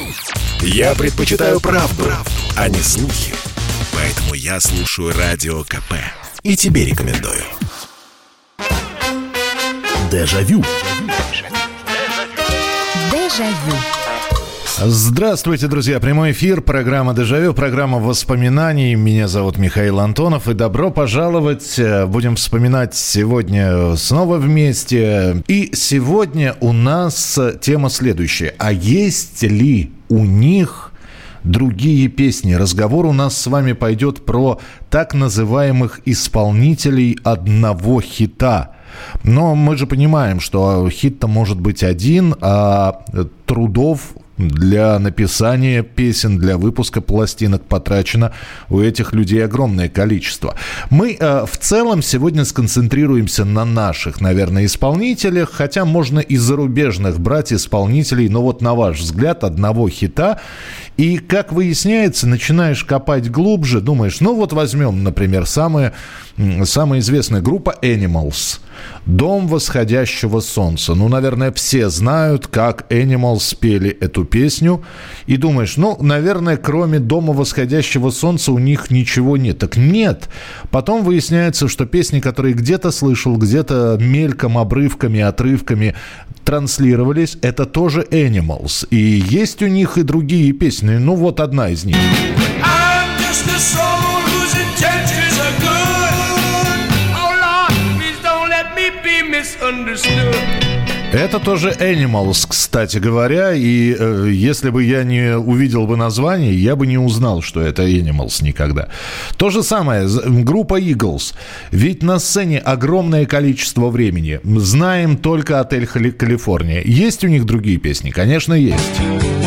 Я предпочитаю правду, а не слухи. Поэтому я слушаю Радио КП. И тебе рекомендую. Дежавю. Дежавю. Здравствуйте, друзья. Прямой эфир, программа «Дежавю», программа воспоминаний. Меня зовут Михаил Антонов. И добро пожаловать. Будем вспоминать сегодня снова вместе. И сегодня у нас тема следующая. А есть ли у них другие песни? Разговор у нас с вами пойдет про так называемых исполнителей одного хита. Но мы же понимаем, что хит-то может быть один, а трудов для написания песен, для выпуска пластинок потрачено у этих людей огромное количество. Мы в целом сегодня сконцентрируемся на наших, наверное, исполнителях, хотя можно и зарубежных брать исполнителей, но вот на ваш взгляд, одного хита. И, как выясняется, начинаешь копать глубже, думаешь, ну вот возьмем, например, самая известная группа Animals. «Дом восходящего солнца». Ну, наверное, все знают, как Animals пели эту песню. И думаешь, ну, наверное, кроме «Дома восходящего солнца» у них ничего нет. Так нет. Потом выясняется, что песни, которые где-то слышал, где-то мельком, обрывками, отрывками транслировались, это тоже Animals. И есть у них и другие песни. Ну, вот одна из них. Это тоже Animals, кстати говоря, и если бы я не увидел бы название, я бы не узнал, что это Animals никогда. То же самое, группа Eagles. Ведь на сцене огромное количество времени. Знаем только «Отель Калифорния». Есть у них другие песни? Конечно, есть.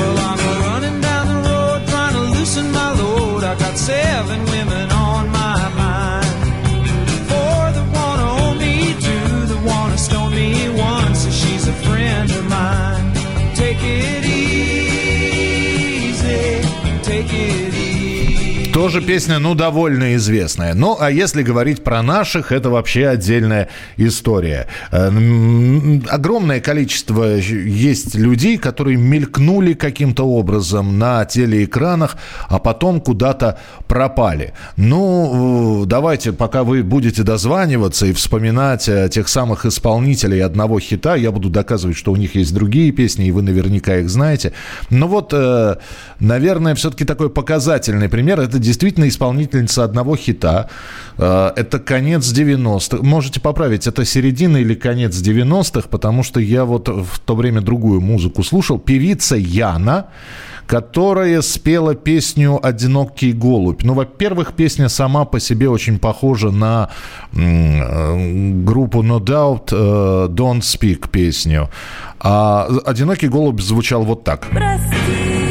Тоже песня, ну, довольно известная. Ну, а если говорить про наших, это вообще отдельная история. Огромное количество есть людей, которые мелькнули каким-то образом на телеэкранах, а потом куда-то пропали. Ну, давайте, пока вы будете дозваниваться и вспоминать тех самых исполнителей одного хита, я буду доказывать, что у них есть другие песни, и вы наверняка их знаете. Но вот, наверное, все-таки такой показательный пример – это действительно исполнительница одного хита. Это конец 90-х. Можете поправить, это середина или конец 90-х, потому что я вот в то время другую музыку слушал. Певица Яна, которая спела песню «Одинокий голубь». Ну, во-первых, песня сама по себе очень похожа на группу No Doubt «Don't Speak» песню. А «Одинокий голубь» звучал вот так. Прости,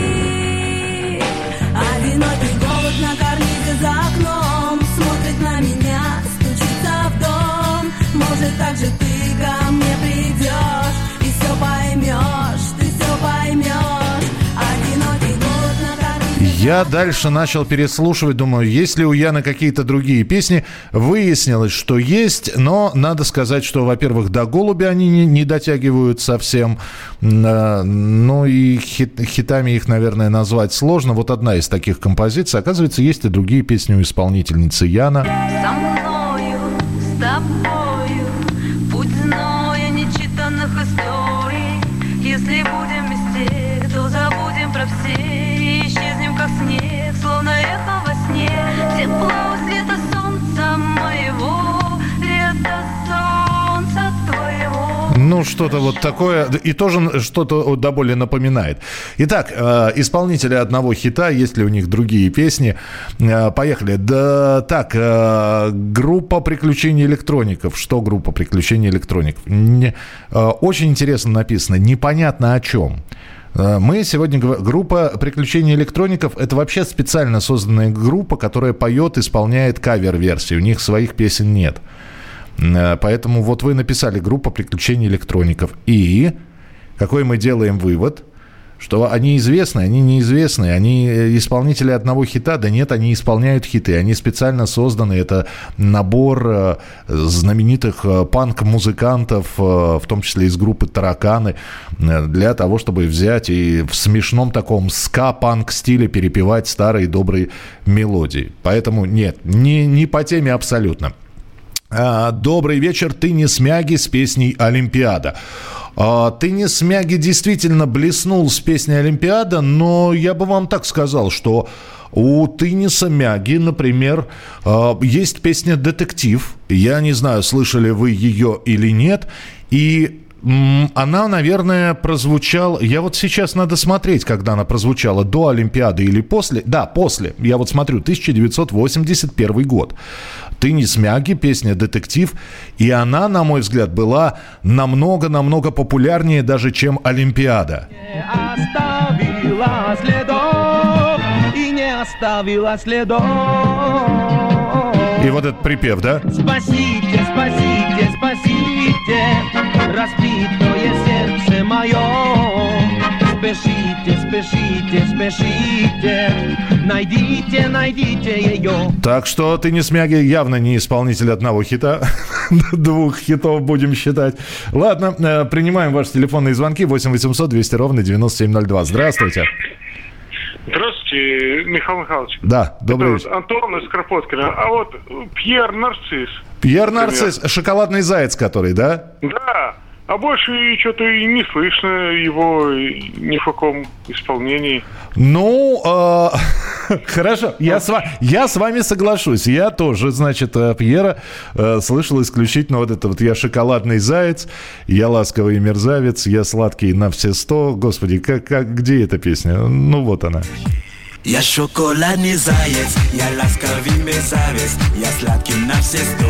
одинокий голубь на карнизе за окном смотрит на меня, стучится в дом. Может, так же ты ко мне придешь и все поймешь, ты все поймешь. Одинокий голубь на карнизе. Я дальше начал переслушивать, думаю, есть ли у Яны какие-то другие песни. Выяснилось, что есть, но надо сказать, что, во-первых, до «Голубя» они не дотягивают совсем. Ну и хитами их, наверное, назвать сложно. Вот одна из таких композиций. Оказывается, есть и другие песни у исполнительницы Яна. Со мною, с тобою, путь зноя нечитанных историй. Если будем вместе, то забудем про все и исчезнем, как снег, словно эхо во сне. Тепло света солнца моего, лето солнца твоего. Ну, что-то вот такое, и тоже что-то до боли напоминает. Итак, исполнители одного хита, есть ли у них другие песни? Поехали. Да, так, группа «Приключения электроников». Что группа «Приключения электроников»? Очень интересно написано, непонятно о чем. Мы сегодня говорим, группа «Приключения электроников» — это вообще специально созданная группа, которая поет, исполняет кавер-версии. У них своих песен нет. Поэтому вот вы написали «Группа приключений электроников». И какой мы делаем вывод? Что они известны, они неизвестны, они исполнители одного хита, да нет, они исполняют хиты, они специально созданы, это набор знаменитых панк-музыкантов, в том числе из группы «Тараканы», для того, чтобы взять и в смешном таком ска-панк стиле перепевать старые добрые мелодии. Поэтому нет, не по теме абсолютно. Добрый вечер, Тынис Мяги с песней «Олимпиада». Тынис Мяги действительно блеснул с песней «Олимпиада», но я бы вам так сказал, что у Тыниса Мяги, например, есть песня «Детектив». Я не знаю, слышали вы ее или нет. И она, наверное, прозвучала... Я вот сейчас надо смотреть, когда она прозвучала, до Олимпиады или после. Да, после. Я вот смотрю, 1981 год. Тынис Мяги, песня «Детектив». И она, на мой взгляд, была намного-намного популярнее даже, чем «Олимпиада». Не оставила следов, и не оставила следов. И вот этот припев, да? Спасите, спасите, спасите, разбитое сердце мое. Спешите, спешите, спешите, найдите, найдите ее. Так что Тынис Мяги явно не исполнитель одного хита. Двух хитов будем считать. Ладно, принимаем ваши телефонные звонки. 8 800 200 ровно 9702. Здравствуйте. Здравствуйте, Михаил Михайлович. Да, добрый вечер. Антон из Кропоткина. А вот Пьер Нарцисс. Пьер Нарцисс, шоколадный заяц который, да? Да. А больше что-то и не слышно его ни в каком исполнении. Ну, хорошо, я с вами соглашусь. Я тоже, значит, Пьера слышал исключительно вот это вот «Я шоколадный заяц», «Я ласковый мерзавец», «Я сладкий на все 100». Господи, где эта песня? Ну, вот она. Я шоколадный заяц, я ласковый мерзавец, я сладкий на все 100.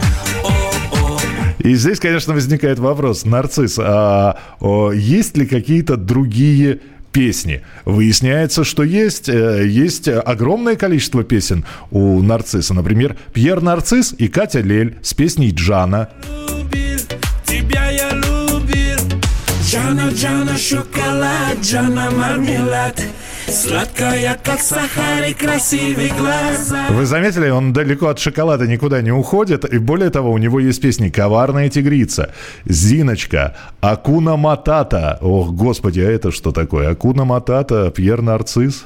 И здесь, конечно, возникает вопрос, Нарцисс, есть ли какие-то другие песни? Выясняется, что есть огромное количество песен у Нарцисса. Например, Пьер Нарцисс и Катя Лель с песней «Джана». Любил, тебя я любил. Джана, Джана, шоколад, Джана, мармелад. Сладкая, как сахар, и красивые глаза. Вы заметили, он далеко от шоколада никуда не уходит. И более того, у него есть песни «Коварная тигрица», «Зиночка», «Акуна Матата». Ох, господи, а это что такое? «Акуна Матата», Пьер Нарцисс.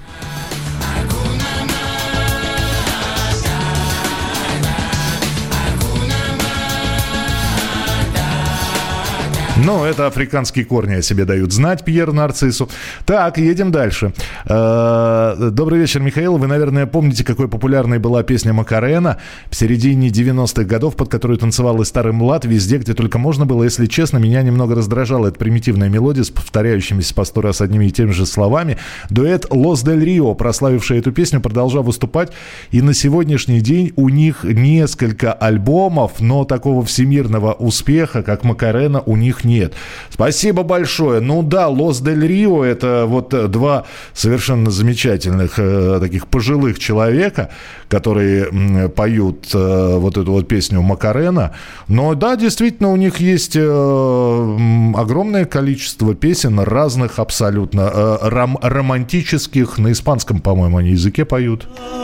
Ну, это африканские корни о себе дают знать Пьеру Нарциссу. Так, едем дальше. Добрый вечер, Михаил. Вы, наверное, помните, какой популярной была песня «Макарена» в середине 90-х годов, под которую танцевал и старый млад везде, где только можно было. Если честно, меня немного раздражала эта примитивная мелодия с повторяющимися по 100 раз одними и теми же словами. Дуэт «Лос Дель Рио», прославивший эту песню, продолжал выступать. И на сегодняшний день у них несколько альбомов, но такого всемирного успеха, как «Макарена», у них нет. Спасибо большое. Ну да, «Лос Дель Рио» — это вот два совершенно замечательных таких пожилых человека, которые поют вот эту вот песню «Макарена». Но да, действительно, у них есть огромное количество песен разных абсолютно, романтических. На испанском, по-моему, они языке поют.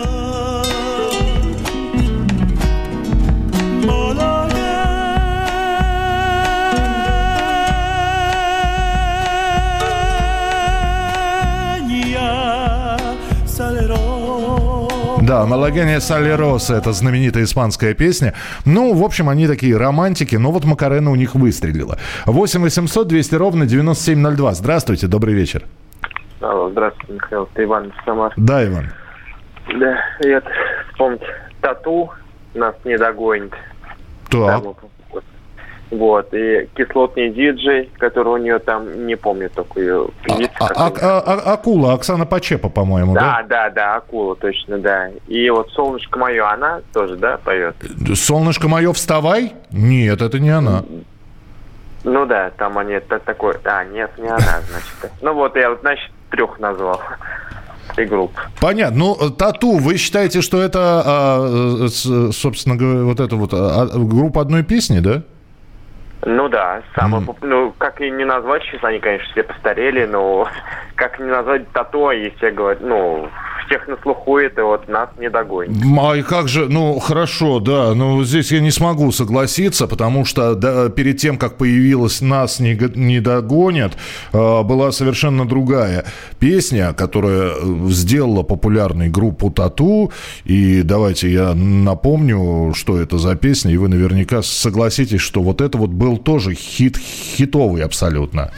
Да, «Малагения Салероса» — это знаменитая испанская песня. Ну, в общем, они такие романтики, но вот «Макарена» у них выстрелила. 8 800 200 ровно 9702. Здравствуйте, добрый вечер. Алло, здравствуйте, Михаил. Это Иван Самар. Да, Иван. Да, и вспомните, «Тату» нас не догонит. Так. Вот, и «Кислотный диджей», который у нее там, не помню только ее певица. Акула, Оксана Почепа, по-моему, да? Да, Акула, точно, да. И вот «Солнышко мое», она тоже, да, поет? «Солнышко мое, вставай»? Нет, это не она. Ну да, там они такой... нет, не она, значит. Ну вот, я вот, значит, 3 назвал. И групп. Понятно. Ну, «Тату», вы считаете, что это, собственно говоря, вот эта вот группа одной песни, да? Ну да, ну как и не назвать, сейчас они, конечно, все постарели, но как не назвать Тату, если говорят, ну, всех на слуху это вот нас не догонит. А и как же, ну хорошо, да, но здесь я не смогу согласиться, потому что перед тем, как появилась «Нас не догонят», была совершенно другая песня, которая сделала популярной группу Тату, и давайте я напомню, что это за песня, и вы наверняка согласитесь, что вот это вот был тоже хитовый абсолютно.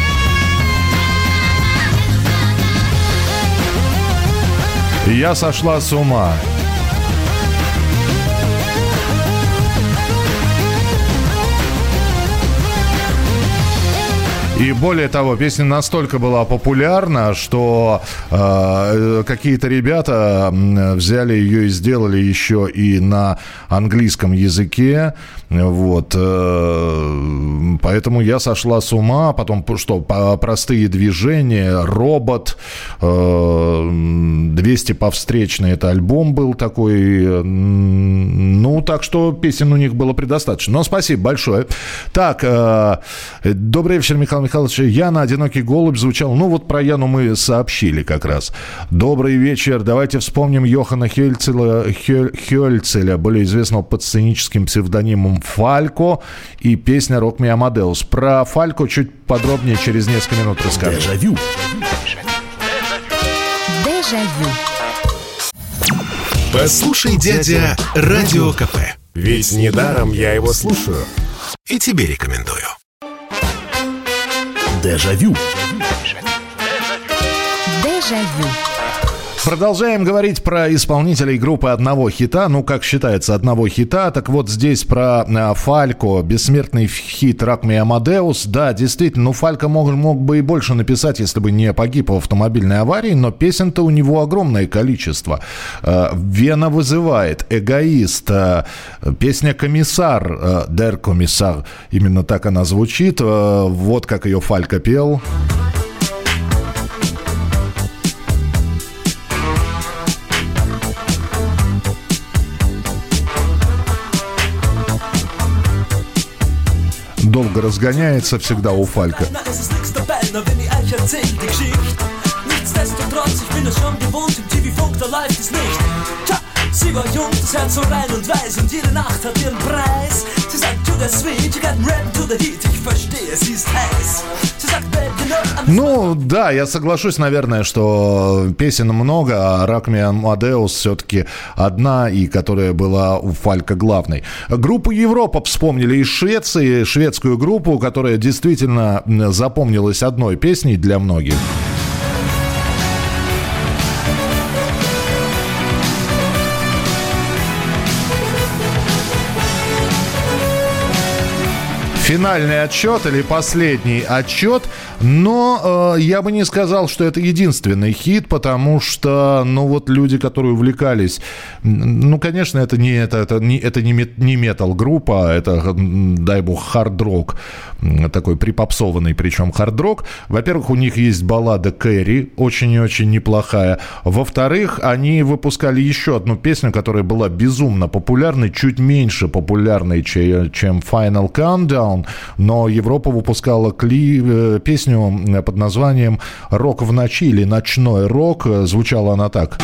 «Я сошла с ума». И более того, песня настолько была популярна, что какие-то ребята взяли ее и сделали еще и на английском языке. Вот. Поэтому «Я сошла с ума». Потом что? «Простые движения», «Робот», «200 по встречной». Это альбом был такой. Ну, так что песен у них было предостаточно. Но спасибо большое. Так, добрый вечер, Михаил Михайлович. «Яна, одинокий голубь» звучал. Ну, вот про Яну мы сообщили как раз. Добрый вечер. Давайте вспомним Йохана Хёльцеля, более известного под сценическим псевдонимом «Фалько», и песня «Rock Me Amadeus». Про «Фалько» чуть подробнее через несколько минут расскажу. Дежавю. Дежавю. Послушай, дядя, Радио КП. Ведь недаром я его слушаю. И тебе рекомендую. Дежавю. Дежавю. Продолжаем говорить про исполнителей группы одного хита. Ну, как считается, одного хита. Так вот, здесь про Фалько, бессмертный хит «Rock Me Amadeus». Да, действительно, ну, Фалько мог бы и больше написать, если бы не погиб в автомобильной аварии, но песен-то у него огромное количество. «Вена вызывает», «Эгоист», песня «Комиссар», «Der Kommissar», именно так она звучит. Вот как ее Фалько пел. Долго разгоняется всегда у Фалька. Sie war jung, das Herz so rein und weiß und jede Nacht hat ihren Preis. Sie sagt, to the sweet, you got rap to the heat. Ich verstehe, sie ist heiß. Sie sagt, babe, you know, ну, да, я соглашусь, наверное, что песен много, а «Rock Me Amadeus» все-таки одна, и которая была у Фалька главной. Группу «Европа» вспомнили из Швеции, шведскую группу, которая действительно запомнилась одной песней для многих. Финальный отчет или последний отчет, но я бы не сказал, что это единственный хит, потому что, ну вот люди, которые увлекались, ну, конечно, это не метал-группа, это, дай бог, хард-рок, такой припопсованный, причем хард-рок. Во-первых, у них есть баллада «Кэрри», очень и очень неплохая. Во-вторых, они выпускали еще одну песню, которая была безумно популярной, чуть меньше популярной, чем «Final Countdown», но Европа выпускала песню под названием «Рок в ночи» или «Ночной рок». Звучала она так.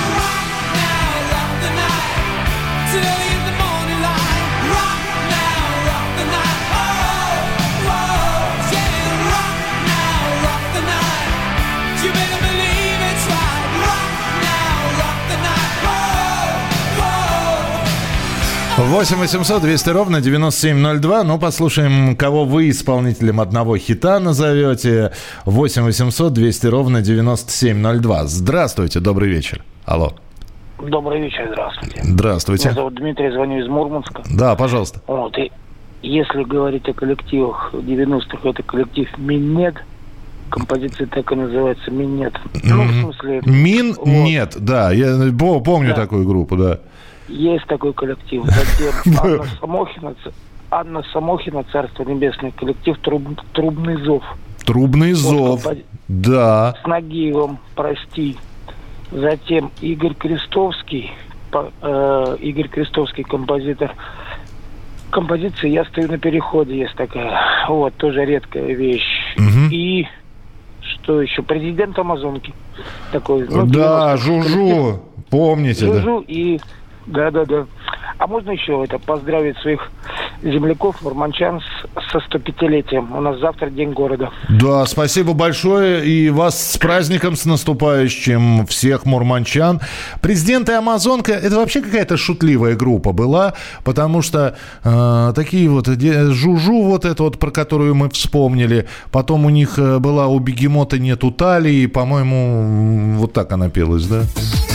Восемь 800 200 ровно 9702. Ну, послушаем, кого вы исполнителем одного хита назовете. 8 800 200 ровно 9702. Здравствуйте, добрый вечер. Алло. Добрый вечер, здравствуйте. Здравствуйте. Меня зовут Дмитрий, звоню из Мурманска. Да, пожалуйста. Вот, и если говорить о коллективах 90-х, это коллектив «Минет». Композиция так и называется «Минет». Ну, в смысле... «Мин» вот. Нет, да, я помню такую группу, да. Есть такой коллектив. Затем Анна Самохина, Царство Небесное, коллектив «Трубный зов». «Трубный зов», да. С Нагиевым «Прости». Затем Игорь Крестовский, композитор, Композиция «Я стою на переходе» есть такая. Вот, тоже редкая вещь. И что еще? «Президент Амазонки». Такой. Ну, да, Жужу. Помните, Жужу и... Да. А можно еще поздравить своих земляков, мурманчан, со 105-летием. У нас завтра День города. Да, спасибо большое. И вас с праздником, с наступающим всех мурманчан. «Президент и Амазонка» — это вообще какая-то шутливая группа была, потому что такие вот Жужу, вот это вот, про которую мы вспомнили. Потом у них была «У бегемота нету талии», по-моему, вот так она пелась, да?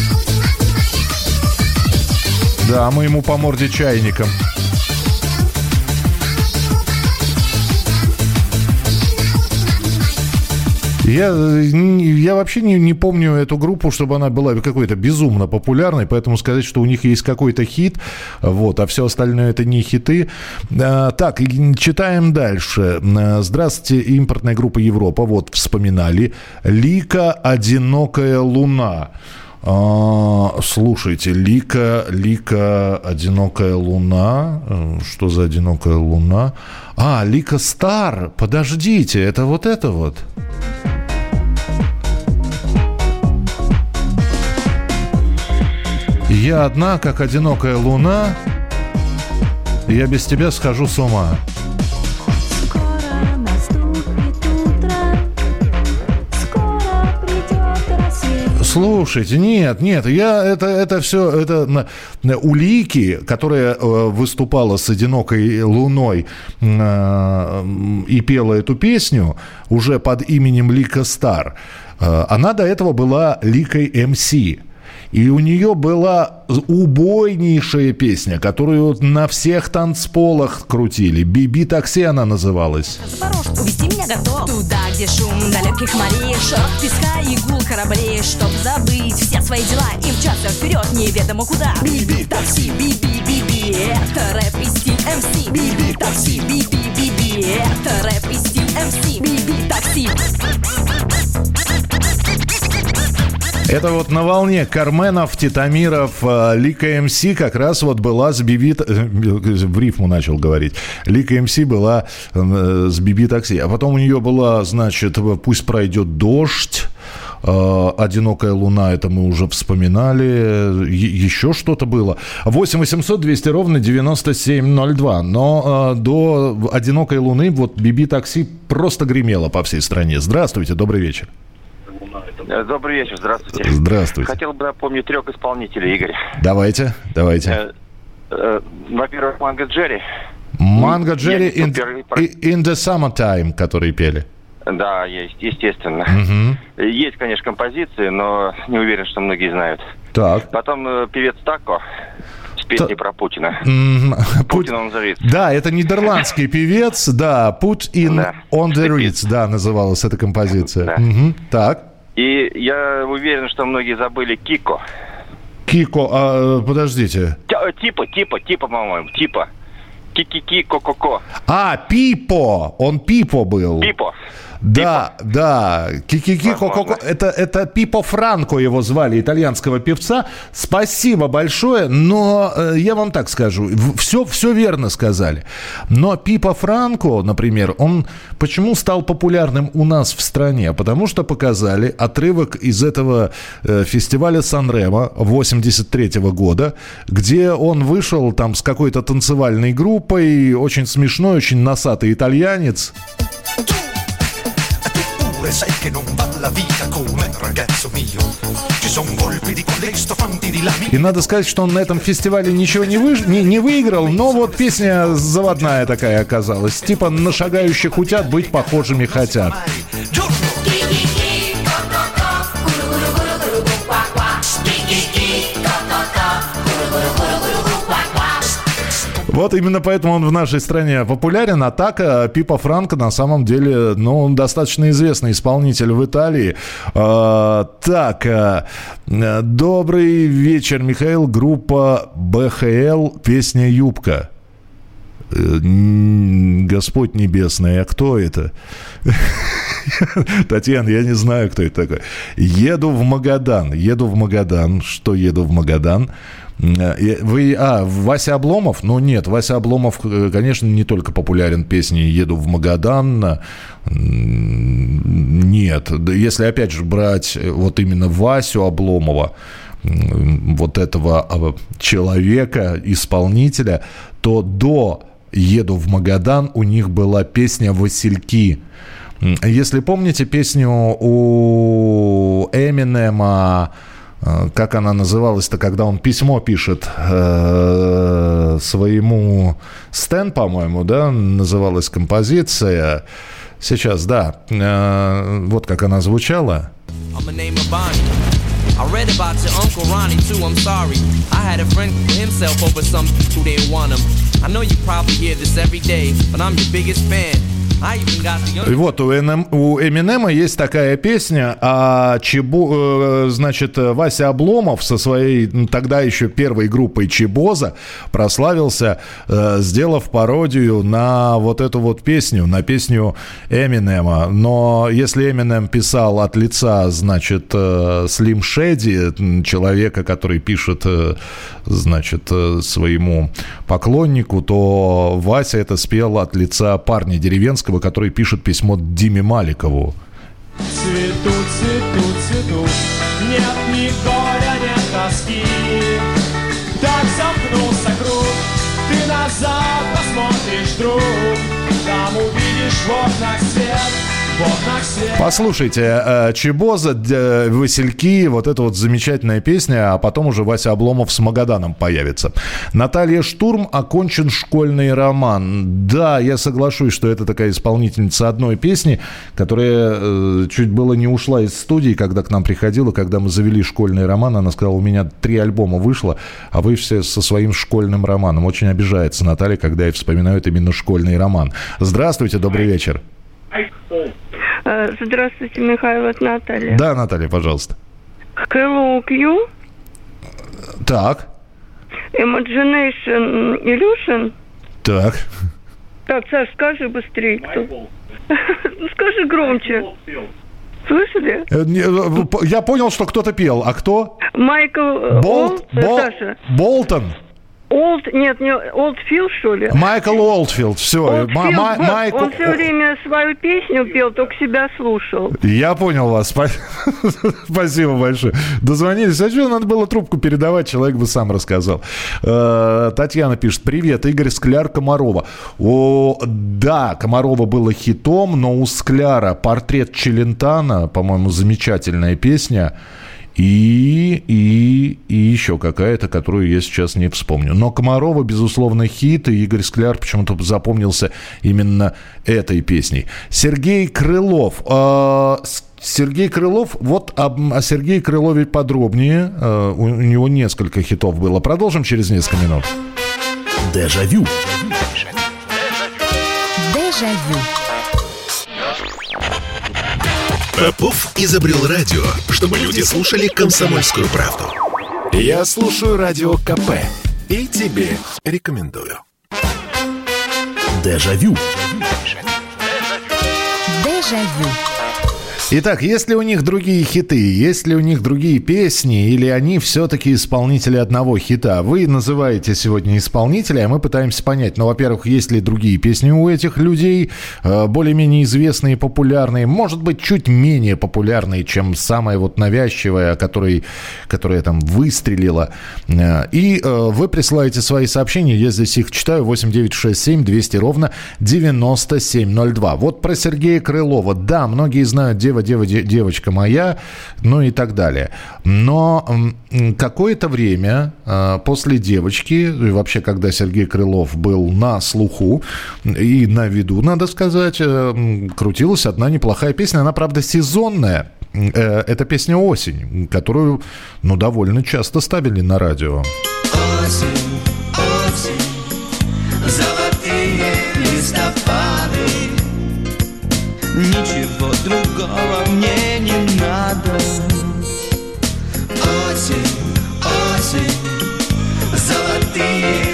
Да, мы ему по морде чайником. Я вообще не помню эту группу, чтобы она была какой-то безумно популярной, поэтому сказать, что у них есть какой-то хит, вот, а все остальное это не хиты. Так, читаем дальше. Здравствуйте, импортная группа «Европа». Вот, вспоминали. «Лика. Одинокая луна». Слушайте, Лика, «Одинокая луна». Что за «Одинокая луна»? Лика Стар. Подождите, это вот это вот. «Я одна, как одинокая луна, я без тебя схожу с ума». Слушайте, нет, это все, это у Лики, которая выступала с «Одинокой луной» и пела эту песню уже под именем Лика Стар, она до этого была Ликой МС. И у нее была убойнейшая песня, которую на всех танцполах крутили. «Биби такси» она называлась. Запорожку везти меня готов. Туда, где шум далеких морей, шорох песка и гул кораблей. Чтоб забыть все свои дела и мчаться вперед неведомо куда. Биби такси, биби, это рэп и стиль МС. Биби такси, биби, это рэп и стиль МС. Биби такси. Это вот на волне Карменов, Титамиров, Лика МС как раз вот была с Биби... В рифму начал говорить. Лика МС была с Биби такси. А потом у нее была, значит, «Пусть пройдет дождь», «Одинокая луна», это мы уже вспоминали. Еще что-то было. 8 800 200 ровно 9702. Но до «Одинокой луны» вот Биби такси просто гремела по всей стране. Здравствуйте, добрый вечер. Добрый вечер, здравствуйте. Здравствуйте. Хотел бы напомнить 3 исполнителей, Игорь. Давайте. Во-первых, «Манго Джерри». «Манго Джерри» in the Summertime, которые пели. Да, есть, естественно. Есть, конечно, композиции, но не уверен, что многие знают. Так. Потом певец Тако с песней про Путина. Путин on the Ritz. Да, это нидерландский певец, да, Put in on the Ritz, да, называлась эта композиция. Да. Так. И я уверен, что многие забыли Кико. Кико, подождите. Типа, по-моему, типа. Ки-ки-ки-ко-ко-ко. Пипо, он Пипо был. Пипо. Да. Ки-ки-ки-ко-ко-ко. Это Пипо Франко его звали, итальянского певца. Спасибо большое, но я вам так скажу, все верно сказали. Но Пипо Франко, например, он почему стал популярным у нас в стране? Потому что показали отрывок из этого фестиваля Сан-Ремо 83 года, где он вышел там с какой-то танцевальной группой, очень смешной, очень носатый итальянец. И надо сказать, что он на этом фестивале ничего не выиграл, но вот песня заводная такая оказалась. Типа «На шагающих утят быть похожими хотят». Вот именно поэтому он в нашей стране популярен. А так, Пипо Франко на самом деле, он достаточно известный исполнитель в Италии. Добрый вечер, Михаил. Группа БХЛ, песня «Юбка». Господь небесный, а кто это? Татьяна, я не знаю, кто это такой. Еду в Магадан. Что еду в Магадан? Вася Обломов? Ну, нет, Вася Обломов, конечно, не только популярен песней «Еду в Магадан». Нет, если, опять же, брать вот именно Васю Обломова, вот этого человека, исполнителя, то до «Еду в Магадан» у них была песня «Васильки». Если помните песню у Эминема, как она называлась-то, когда он письмо пишет своему Стэн, по-моему, да, называлась композиция. Сейчас, да, вот как она звучала. I read about your Uncle Ronnie too, I'm sorry. I had a friend who himself over some who didn't want him. I know you probably hear this every day, but I'm your biggest fan. И вот у Эминема есть такая песня, значит, Вася Обломов со своей тогда еще первой группой Чебоза прославился, сделав пародию на вот эту вот песню, на песню Эминема. Но если Эминем писал от лица, значит, Слим Шеди, человека, который пишет, значит, своему поклоннику, то Вася это спел от лица парня деревенского, который пишет письмо Диме Маликову. Цветут, цветут, цветут, нет ни горя, нет тоски. Так замкнулся круг, ты назад посмотришь, друг, там увидишь в окнах свет. Послушайте, Чебоза, Васильки, вот эта вот замечательная песня, а потом уже Вася Обломов с Магаданом появится. Наталья Штурм, окончен школьный роман. Да, я соглашусь, что это такая исполнительница одной песни, которая чуть было не ушла из студии, когда к нам приходила, когда мы завели школьный роман. Она сказала, у меня 3 альбома вышло, а вы все со своим школьным романом. Очень обижается Наталья, когда я вспоминаю именно школьный роман. Здравствуйте, добрый вечер. Здравствуйте, Михаил, это Наталья. Да, Наталья, пожалуйста. Hello, Q. Так. Imagination Illusion. Так. Так, Саш, скажи быстрее, кто. Ну, скажи громче. Слышали? Я понял, что кто-то пел. А кто? Майкл Саша. Болтон. Нет, не Олдфилд, что ли? Майкл Олдфилд, все. Он все время свою песню пел, только себя слушал. Я понял вас. Спасибо большое. Дозвонились. А что, надо было трубку передавать, человек бы сам рассказал. Татьяна пишет. Привет, Игорь Скляр, Комарова. Да, Комарова было хитом, но у Скляра «Портрет Челентана», по-моему, замечательная песня. И еще какая-то, которую я сейчас не вспомню. Но Комарова, безусловно, хит, и Игорь Скляр почему-то запомнился именно этой песней. Сергей Крылов. Сергей Крылов, вот о Сергее Крылове подробнее. У него несколько хитов было. Продолжим через несколько минут. Дежавю. Дежавю. Попов изобрел радио, чтобы люди слушали «Комсомольскую правду». Я слушаю радио КП и тебе рекомендую. Дежавю. Дежавю. Итак, есть ли у них другие хиты, есть ли у них другие песни, или они все-таки исполнители одного хита? Вы называете сегодня исполнителя, а мы пытаемся понять, ну, во-первых, есть ли другие песни у этих людей, более-менее известные, популярные, может быть, чуть менее популярные, чем самая вот навязчивая, которая там выстрелила. И вы присылаете свои сообщения, я здесь их читаю, 8967 200 ровно 9702. Вот про Сергея Крылова. Да, многие знают девочка моя, ну и так далее. Но какое-то время после девочки, и вообще, когда Сергей Крылов был на слуху и на виду, надо сказать, крутилась одна неплохая песня. Она, правда, сезонная. Это песня «Осень», которую, ну, довольно часто ставили на радио. Осень, осень, золотые листопады. Ничего другого мне не надо. Осень, осень, золотые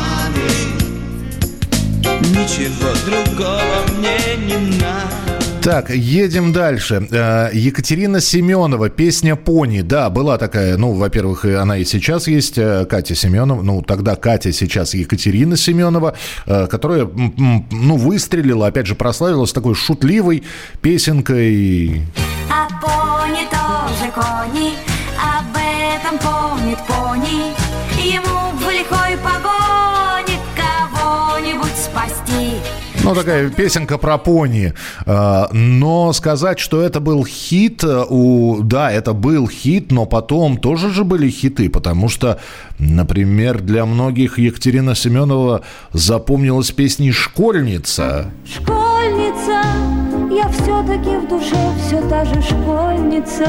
листопады. Ничего другого мне не надо. Так, едем дальше. Екатерина Семенова, песня «Пони». Да, была такая, ну, во-первых, она и сейчас есть, Катя Семенова, ну, тогда Катя, сейчас Екатерина Семенова, которая, ну, выстрелила, опять же, прославилась такой шутливой песенкой. А пони тоже кони, об этом помнит пони, ему в лихой погоне кого-нибудь спасти. Ну, такая песенка про пони. Но сказать, что это был хит, да, это был хит, но потом тоже же были хиты, потому что, например, для многих Екатерина Семенова запомнилась песней «Школьница». Школьница, я все-таки в душе все та же школьница.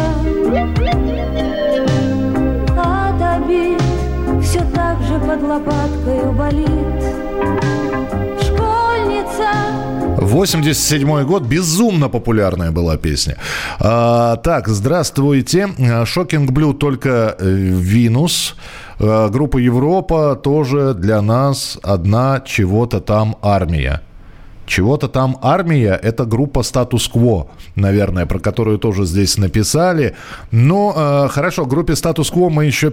От обид все так же под лопаткою болит. 87-й год, безумно популярная была песня. Так, здравствуйте. Шокинг Блю, только Винус. Группа Европа тоже для нас одна чего-то там армия. Чего-то там армия, это группа «Статус-кво», наверное, про которую тоже здесь написали. Но хорошо, к группе «Статус-кво» мы еще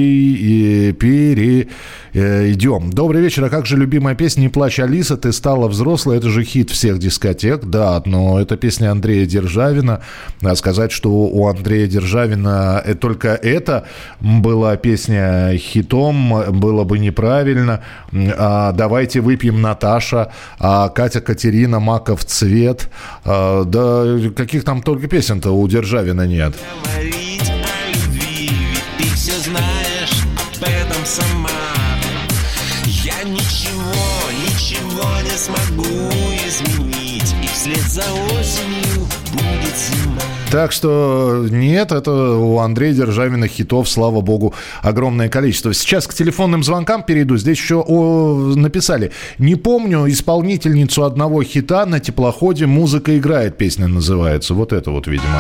перейдем. Добрый вечер, а как же любимая песня «Не плачь, Алиса, ты стала взрослой», это же хит всех дискотек, да, но это песня Андрея Державина. А сказать, что у Андрея Державина только это была песня хитом, было бы неправильно. «Давайте выпьем, Наташа», а Катерина, «Маков цвет». Да каких там только песен-то у Державина нет. Говорить о любви, ведь ты все знаешь об этом сама. Я ничего не смогу изменить, и вслед за осенью будет зима. Так что нет, это у Андрея Державина хитов, слава богу, огромное количество. Сейчас к телефонным звонкам перейду. Здесь еще написали. Не помню исполнительницу одного хита «На теплоходе музыка играет», песня называется. Вот это вот, видимо.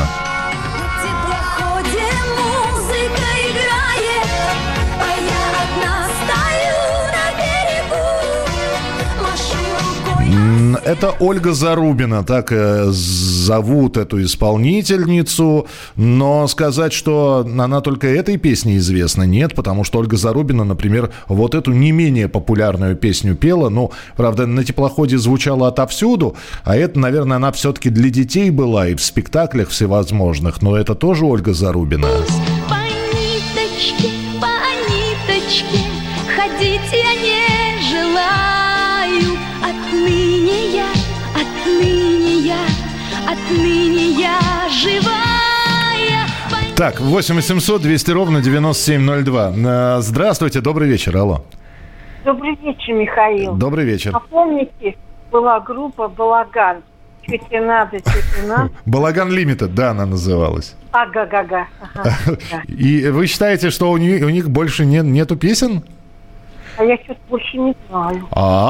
Это Ольга Зарубина, так зовут эту исполнительницу, но сказать, что она только этой песней известна, нет, потому что Ольга Зарубина, например, вот эту не менее популярную песню пела, ну, правда, «На теплоходе» звучала отовсюду, а это, наверное, она все-таки для детей была и в спектаклях всевозможных, но это тоже Ольга Зарубина. По ниточке, ходить я не желаю. Отныне я живая. Так, 8 800 200 ровно 9702. Здравствуйте, добрый вечер, алло. Добрый вечер, Михаил. Добрый вечер. А помните, была группа «Балаган»? Что тебе надо, что тебе надо? «Балаган Лимитед», да, она называлась. Ага. И вы считаете, что у них больше нету песен? А я что-то больше не знаю.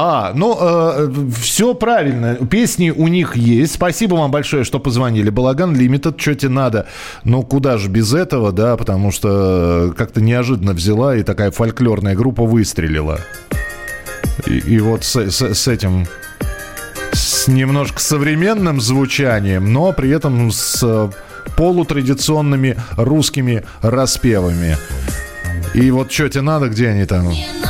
Все правильно. Песни у них есть. Спасибо вам большое, что позвонили. «Балаган Лимитед», что тебе надо? Ну, куда же без этого, да, потому что как-то неожиданно взяла и такая фольклорная группа выстрелила. И вот с этим, с немножко современным звучанием, но при этом с полутрадиционными русскими распевами. И вот что тебе надо, где они там?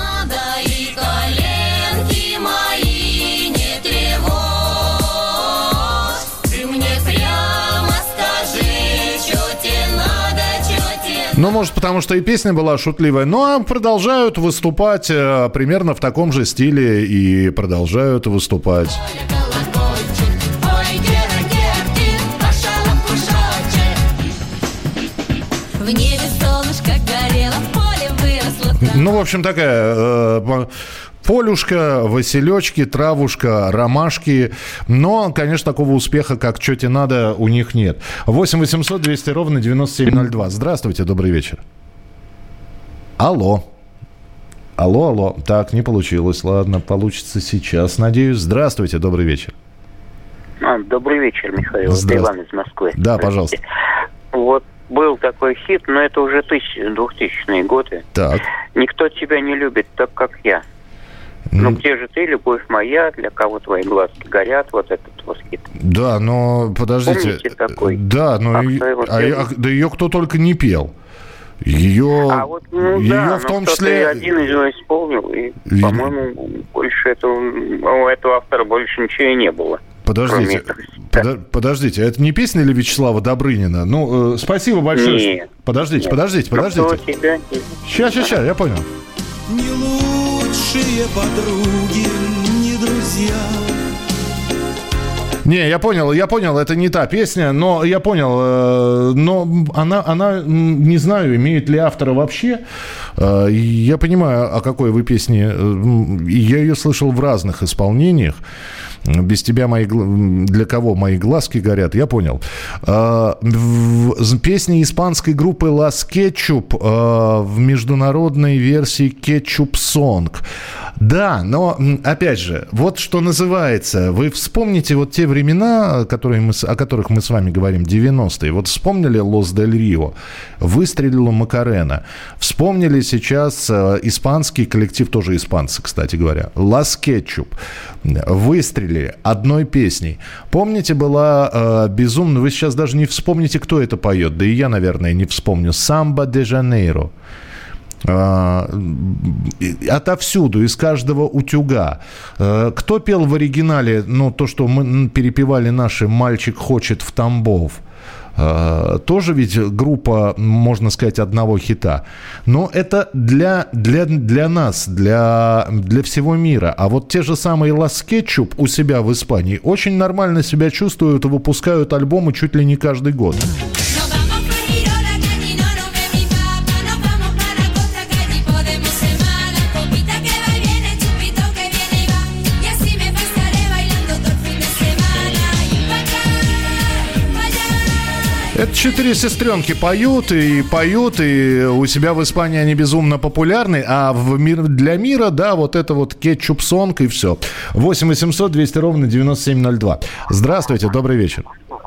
Ну, может, потому что и песня была шутливая. Но продолжают выступать примерно в таком же стиле и продолжают выступать. В небе солнышко горело, в поле выросло. Ну, в общем, такая... Полюшка, василечки, травушка, ромашки. Но, конечно, такого успеха, как «Чё тебе надо», у них нет. 8 800 200 ровно 9702. Здравствуйте, добрый вечер. Алло. Так, не получилось. Ладно, получится сейчас, надеюсь. Здравствуйте, добрый вечер. Добрый вечер, Михаил. Это Иван из Москвы. Да, пожалуйста. Вот был такой хит, но это уже 2000-е годы. Так. «Никто тебя не любит так, как я». Ну, где же ты, любовь моя, для кого твои глазки горят, вот этот вот хит. Да, но подождите. Помните такой? Да, но да ее кто только не пел. Ее в том числе... Один из него исполнил, и, по-моему, больше у этого автора больше ничего и не было. Подождите, подождите, это не песня ли Вячеслава Добрынина? Ну, спасибо большое. Нет. Подождите. Сейчас, я понял. Не лучшие подруги, не друзья. Не, я понял, это не та песня, но я понял, но она, не знаю, имеет ли автора вообще. Я понимаю, о какой вы песне, я ее слышал в разных исполнениях. «Без тебя для кого мои глазки горят», я понял. Песня испанской группы Las Ketchup в международной версии Ketchup Song. Да, но, опять же, вот что называется, вы вспомните вот те времена, о которых мы с вами говорим, 90-е. Вот вспомнили Лос Дель Рио, выстрелила Макарена. Вспомнили сейчас испанский коллектив, тоже испанцы, кстати говоря, Las Ketchup. Выстрелили одной песней. Помните, была безумно... Вы сейчас даже не вспомните, кто это поет. Да и я, наверное, не вспомню. «Самба де Жанейро». Отовсюду, из каждого утюга. Кто пел в оригинале, то, что мы перепевали наши «Мальчик хочет в Тамбов»? Тоже ведь группа, можно сказать, одного хита. Но это для нас, для всего мира. А вот те же самые Las Ketchup у себя в Испании очень нормально себя чувствуют и выпускают альбомы чуть ли не каждый год. Это 4 сестренки поют, и у себя в Испании они безумно популярны, а для мира, да, вот это вот кетчуп-сонг и все. 8 800 200 ровно 9702. Здравствуйте, добрый вечер.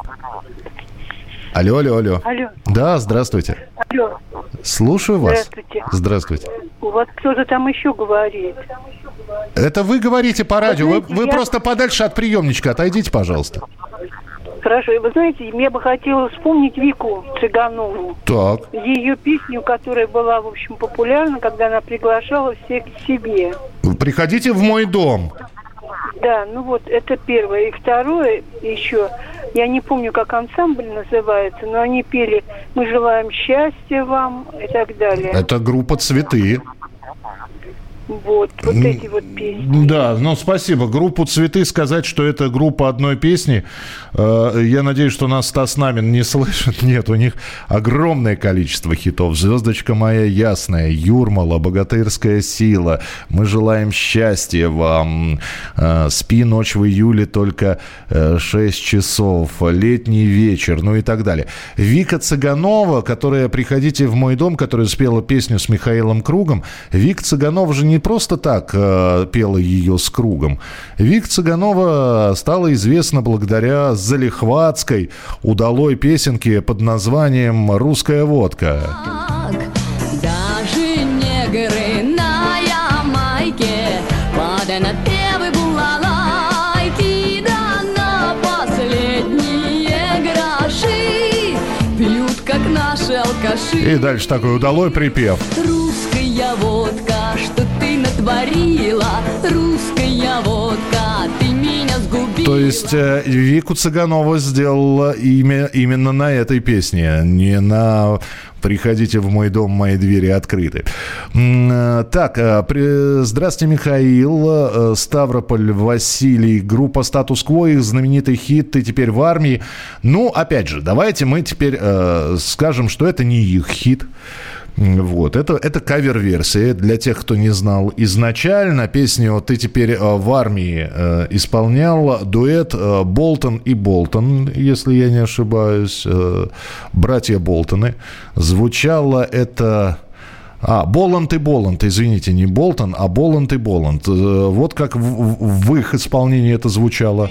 Алло. Алло. Да, здравствуйте. Алло. Слушаю вас. Здравствуйте. У вас кто-то там еще говорит. Это вы говорите по радио. Вы просто подальше от приемничка отойдите, пожалуйста. Хорошо. Вы знаете, мне бы хотелось вспомнить Вику Цыганову. Так. Ее песню, которая была, в общем, популярна, когда она приглашала всех к себе. Приходите в мой дом. Да, это первое. И второе еще, я не помню, как ансамбль называется, но они пели «Мы желаем счастья вам» и так далее. Это группа «Цветы». Вот эти вот песни. Да, спасибо. Группу «Цветы», сказать, что это группа одной песни, я надеюсь, что нас Стас Намин не слышит. Нет, у них огромное количество хитов. «Звездочка моя ясная», «Юрмала», «Богатырская сила», «Мы желаем счастья вам», «Спи ночь в июле только 6 часов», «Летний вечер», и так далее. Вика Цыганова, которая «Приходите в мой дом», которая спела песню с Михаилом Кругом. Вика Цыганова же не просто так пела ее с Кругом. Вика Цыганова стала известна благодаря залихватской удалой песенке под названием «Русская водка». Даже негры на Ямайке под напевы балалайки, да на последние гроши пьют, как наши алкаши. И дальше такой удалой припев. Русская водка, что ты натворила, русская водка, ты меня сгубила. То есть Вику Цыганова сделала именно на этой песне, не на «Приходите в мой дом, мои двери открыты». Так, здравствуйте, Михаил, Ставрополь, Василий, группа «Статус-кво», их знаменитый хит «Ты теперь в армии». Опять же, давайте мы теперь скажем, что это не их хит. Это кавер-версия. Для тех, кто не знал, изначально песню «Ты теперь в армии» исполнял дуэт Болтон и Болтон, если я не ошибаюсь, братья Болтоны. Звучало это... Боланд и Боланд, извините, не Болтон, а Боланд и Боланд. Вот как в их исполнении это звучало.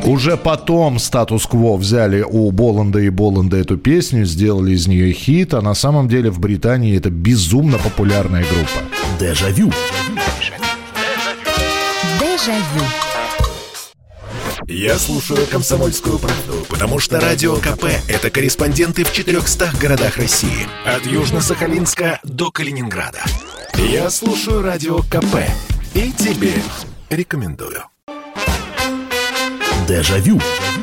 Уже потом статус-кво взяли у Боланда и Боланда эту песню, сделали из нее хит, а на самом деле в Британии это безумно популярная группа. Дежавю. Дежавю. Я слушаю «Комсомольскую правду», потому что Радио КП – это корреспонденты в 400 городах России. От Южно-Сахалинска до Калининграда. Я слушаю Радио КП и тебе рекомендую. Дежавю.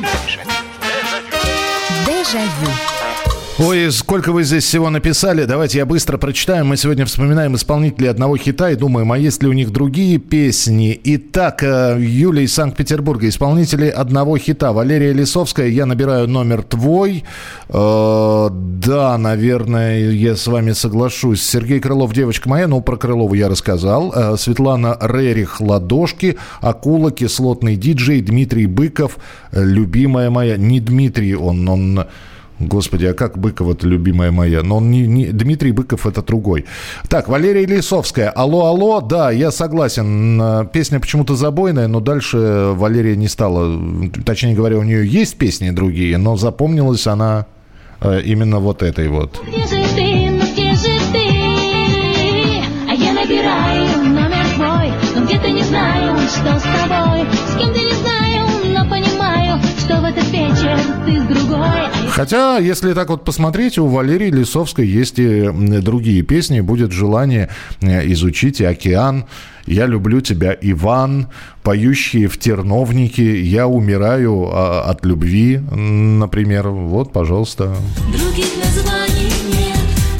Дежавю. Ой, сколько вы здесь всего написали. Давайте я быстро прочитаю. Мы сегодня вспоминаем исполнителей одного хита и думаем, а есть ли у них другие песни. Итак, Юлия из Санкт-Петербурга. Исполнители одного хита. Валерия Лисовская, «Я набираю номер твой». Да, наверное, я с вами соглашусь. Сергей Крылов, «Девочка моя». Ну, про Крылову я рассказал. Светлана Рерих, «Ладошки». Акула, «Кислотный диджей». Дмитрий Быков, «Любимая моя». Не Дмитрий, он... Господи, а как Быкова-то, любимая моя? Но он не Дмитрий Быков, это другой. Так, Валерия Лисовская. «Алло, алло». Да, я согласен. Песня почему-то забойная, но дальше Валерия не стала. Точнее говоря, у нее есть песни другие, но запомнилась она именно вот этой вот. Где же ты, ну где же ты? А я набираю номер твой, но где-то не знаю, что с тобой. С кем-то не знаю, но понимаю, что в этот вечер ты с другой. Хотя, если так вот посмотреть, у Валерии Лисовской есть и другие песни. Будет желание изучить и «Океан», «Я люблю тебя, Иван», «Поющие в терновнике», «Я умираю от любви», например. Вот, пожалуйста. Других названий нет.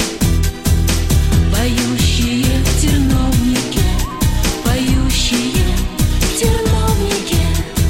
Поющие в терновнике, поющие в терновнике,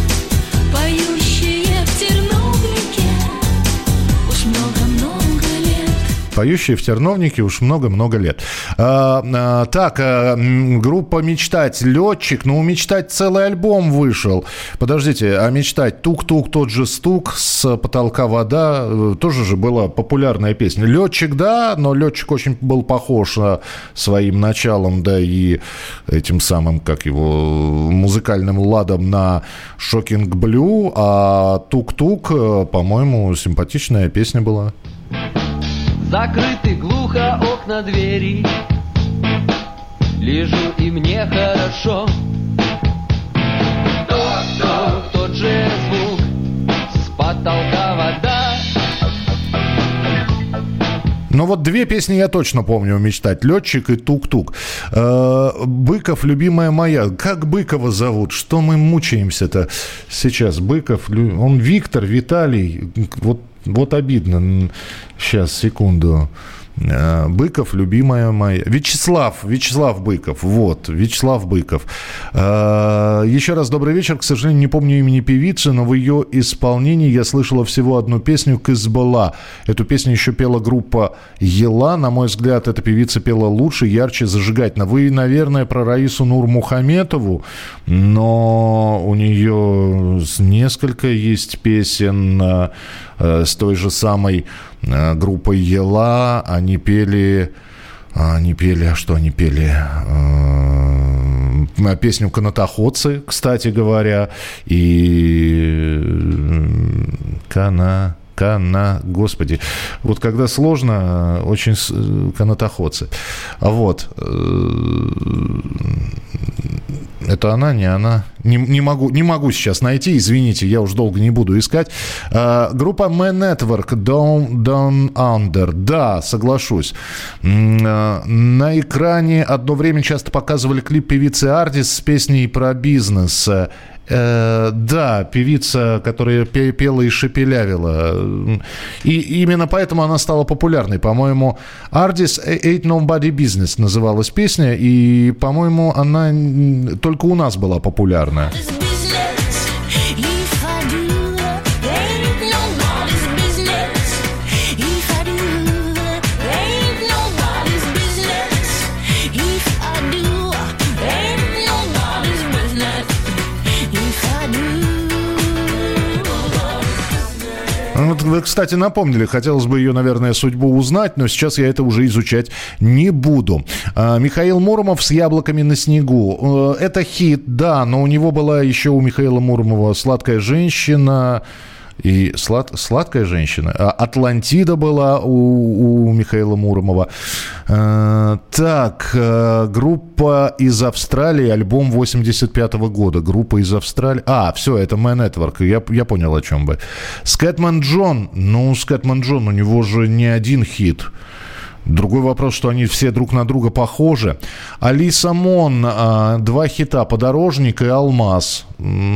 поющие в терновнике. Уж много-много лет. Поющие в терновнике уж много-много лет. Так, группа «Мечтать», «Летчик». Ну, у «Мечтать» целый альбом вышел. Подождите, а «Мечтать», «Тук-тук», тот же стук, «С потолка вода». Тоже же была популярная песня. «Летчик», да, но «Летчик» очень был похож своим началом, да, и этим самым, как его, музыкальным ладом на «Шокинг Блю». А «Тук-тук», по-моему, симпатичная песня была. Закрыты глухо окна двери, лежу и мне хорошо. Тот же звук, с потолка вода. Ну вот две песни я точно помню: «Мечтать», «Летчик» и «Тук-тук». Быков, «Любимая моя». Как Быкова зовут? Что мы мучаемся-то сейчас? Быков, он Виктор, Виталий. Вот обидно. Сейчас, секунду. Быков, «Любимая моя». Вячеслав Быков. Вот, Вячеслав Быков. Еще раз добрый вечер. К сожалению, не помню имени певицы, но в ее исполнении я слышала всего одну песню «Кызбала». Эту песню еще пела группа «Ела». На мой взгляд, эта певица пела лучше, ярче, зажигательно. Вы, наверное, про Раису Нурмухаметову, но у нее несколько есть песен с той же самой группой «Ела». Они пели... Что они пели? Песню «Канатоходцы», кстати говоря. И... Господи. Вот когда сложно, очень «Канатоходцы». Вот. Это она, не она? Не могу сейчас найти, извините, я уж долго не буду искать. Группа Man Network, Down Under. Да, соглашусь. На экране одно время часто показывали клип певицы Ардис с песней про бизнес. Да, певица, которая пела и шепелявила. И именно поэтому она стала популярной. По-моему, «Ardis Ain't Nobody Business» называлась песня. И, по-моему, она только у нас была популярна. Вот вы, кстати, напомнили. Хотелось бы ее, наверное, судьбу узнать, но сейчас я это уже изучать не буду. Михаил Муромов с «Яблоками на снегу». Это хит, да, но у него была еще у Михаила Муромова «Сладкая женщина». И «Сладкая женщина». «Атлантида» была у Михаила Муромова. Так, группа из Австралии, альбом 85-го года. Группа из Австралии. Все, это Man Network. Я понял, о чем вы. Скэтман Джон. Скэтман Джон, у него же не один хит. Другой вопрос, что они все друг на друга похожи. Алиса Мон, 2 хита «Подорожник» и «Алмаз».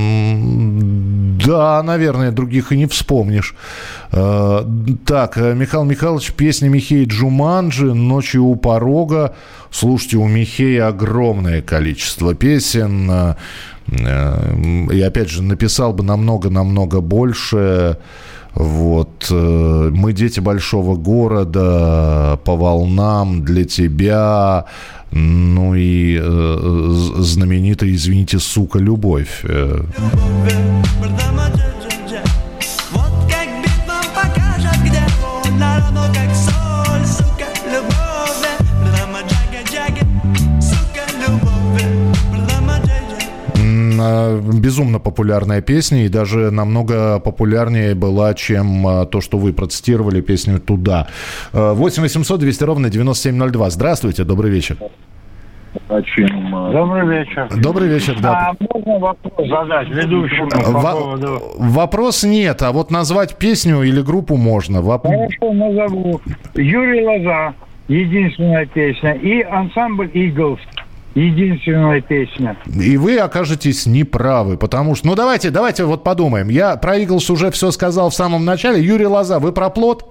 Да, наверное, других и не вспомнишь. Так, Михаил Михайлович, песня Михея Джуманджи «Ночью у порога». Слушайте, у Михея огромное количество песен. И опять же, написал бы намного больше. Вот, «Мы дети большого города», «По волнам», «Для тебя», ну и знаменитая, извините, «Сука, любовь». Безумно популярная песня, и даже намного популярнее была, чем то, что вы процитировали, песню «Туда». 8 800 200 ровно 9702. Здравствуйте, добрый вечер. Добрый вечер. Добрый вечер, да. Можно вопрос задать ведущему по поводу... Вопрос нет, а вот назвать песню или группу можно. Хорошо, назову. Юрий Лоза, единственная песня, и ансамбль «Иглс». Единственная песня. И вы окажетесь неправы, потому что... давайте вот подумаем. Я про «Иглс» уже все сказал в самом начале. Юрий Лоза, вы про «Плот»?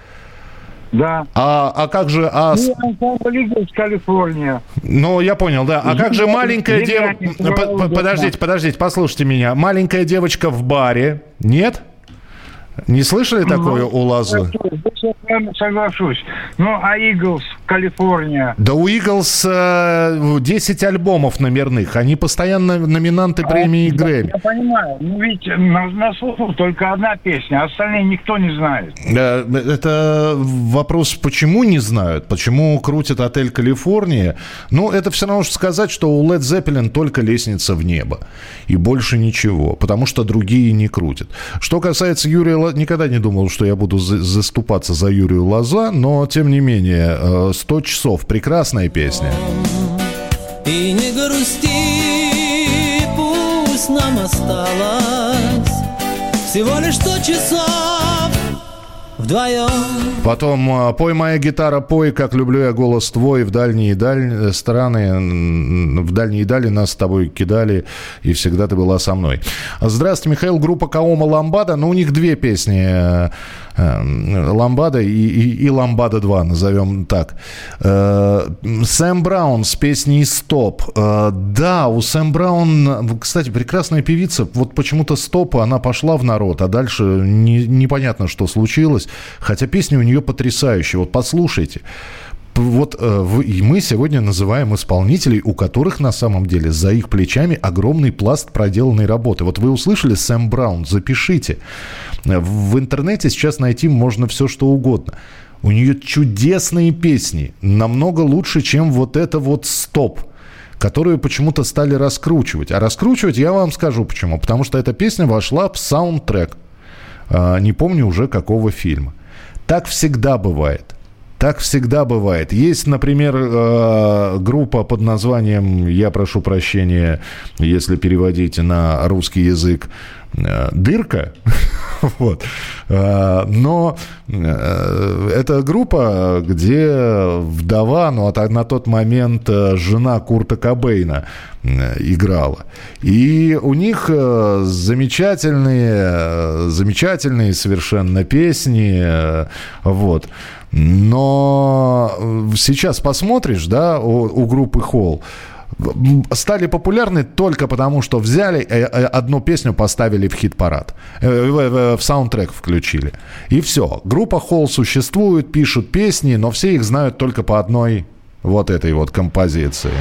Да. А как же... ансамбль «Иглс», Калифорния. Ну, я понял, да. А как же маленькая девочка... Подождите, послушайте меня. Маленькая девочка в баре. Нет? Не слышали такое у Лозы? Я соглашусь. А «Иглс», Калифорния? Да у «Иглс» 10 альбомов номерных. Они постоянно номинанты премии Грэмми. Я понимаю. Ведь на слуху только одна песня, остальные никто не знает. Это вопрос, почему не знают? Почему крутят «Отель Калифорния»? Это все равно, что сказать, что у Led Zeppelin только «Лестница в небо». И больше ничего. Потому что другие не крутят. Что касается Юрия Лоза, никогда не думал, что я буду заступаться за Юрию Лоза, но, тем не менее, «100 часов» — прекрасная песня. И не грусти, пусть нам осталось всего лишь 100 часов вдвоем. Потом «Пой, моя гитара, пой, как люблю я голос твой, в дальние страны, в дальние дали нас с тобой кидали, и всегда ты была со мной». Здравствуйте, Михаил, группа «Каома Ламбада», у них 2 песни, «Ламбада» и «Ламбада 2», назовем так. Сэм Браун с песней «Стоп». Да, у Сэм Браун, кстати, прекрасная певица, вот почему-то «Стоп», она пошла в народ, а дальше непонятно, что случилось, хотя песня у нее потрясающая. Вот послушайте. Вот мы сегодня называем исполнителей, у которых на самом деле за их плечами огромный пласт проделанной работы. Вот вы услышали Сэм Браун, запишите. В интернете сейчас найти можно все, что угодно. У нее чудесные песни, намного лучше, чем вот это вот «Стоп», которую почему-то стали раскручивать. А раскручивать я вам скажу почему. Потому что эта песня вошла в саундтрек. Не помню уже какого фильма. Так всегда бывает. Так всегда бывает. Есть, например, группа под названием, я прошу прощения, если переводить на русский язык, «Дырка». Вот. Но это группа, где вдова, на тот момент жена Курта Кобейна играла. И у них замечательные совершенно песни. Вот. Но сейчас посмотришь, да, у группы «Холл», стали популярны только потому, что взяли одну песню, поставили в хит-парад, в саундтрек включили. И все. Группа «Холл» существует, пишут песни, но все их знают только по одной вот этой вот композиции.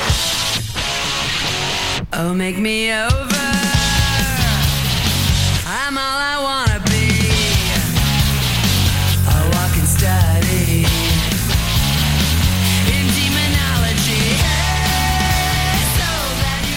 Oh, make me over. I'm all I wanna be.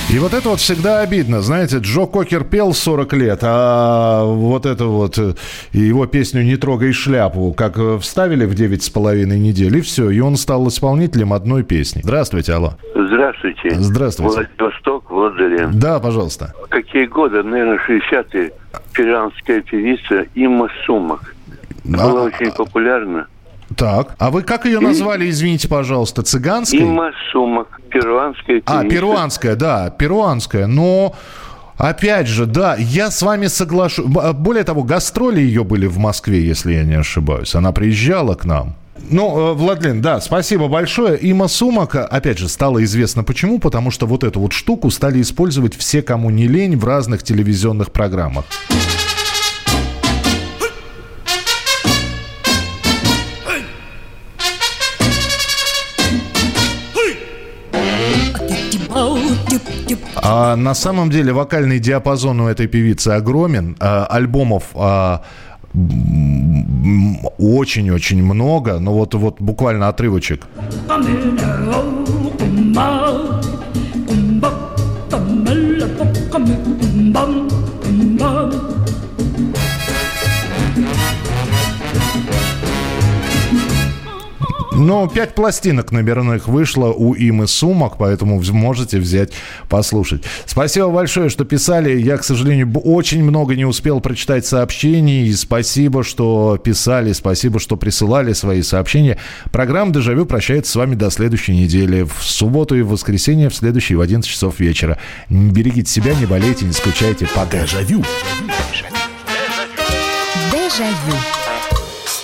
И вот это вот всегда обидно. Знаете, Джо Кокер пел 40 лет, а вот это вот его песню «Не трогай шляпу» как вставили в 9,5 недель, и все. И он стал исполнителем одной песни. Здравствуйте, алло. Здравствуйте. Здравствуйте. Владивосток, Владарен. Да, пожалуйста. Какие годы? Наверное, 60-е. Перуанская певица Има Сумак. Была очень популярна. Так, а вы как ее назвали, извините, пожалуйста, цыганской? Има Сумак, перуанская певица. Перуанская, да, перуанская, но... Опять же, да, я с вами соглашусь. Более того, гастроли ее были в Москве, если я не ошибаюсь. Она приезжала к нам. Ну, Владлен, да, спасибо большое. Има Сумак, опять же, стало известно почему. Потому что вот эту вот штуку стали использовать все, кому не лень, в разных телевизионных программах. А на самом деле вокальный диапазон у этой певицы огромен. Альбомов очень-очень много. Но вот буквально отрывочек. Ну, 5 пластинок номерных вышло у Имы Сумак, поэтому можете взять, послушать. Спасибо большое, что писали. Я, к сожалению, очень много не успел прочитать сообщений. И спасибо, что писали, спасибо, что присылали свои сообщения. Программа «Дежавю» прощается с вами до следующей недели. В субботу и в воскресенье в следующие в 11 часов вечера. Берегите себя, не болейте, не скучайте. Пока. Дежавю. Дежавю.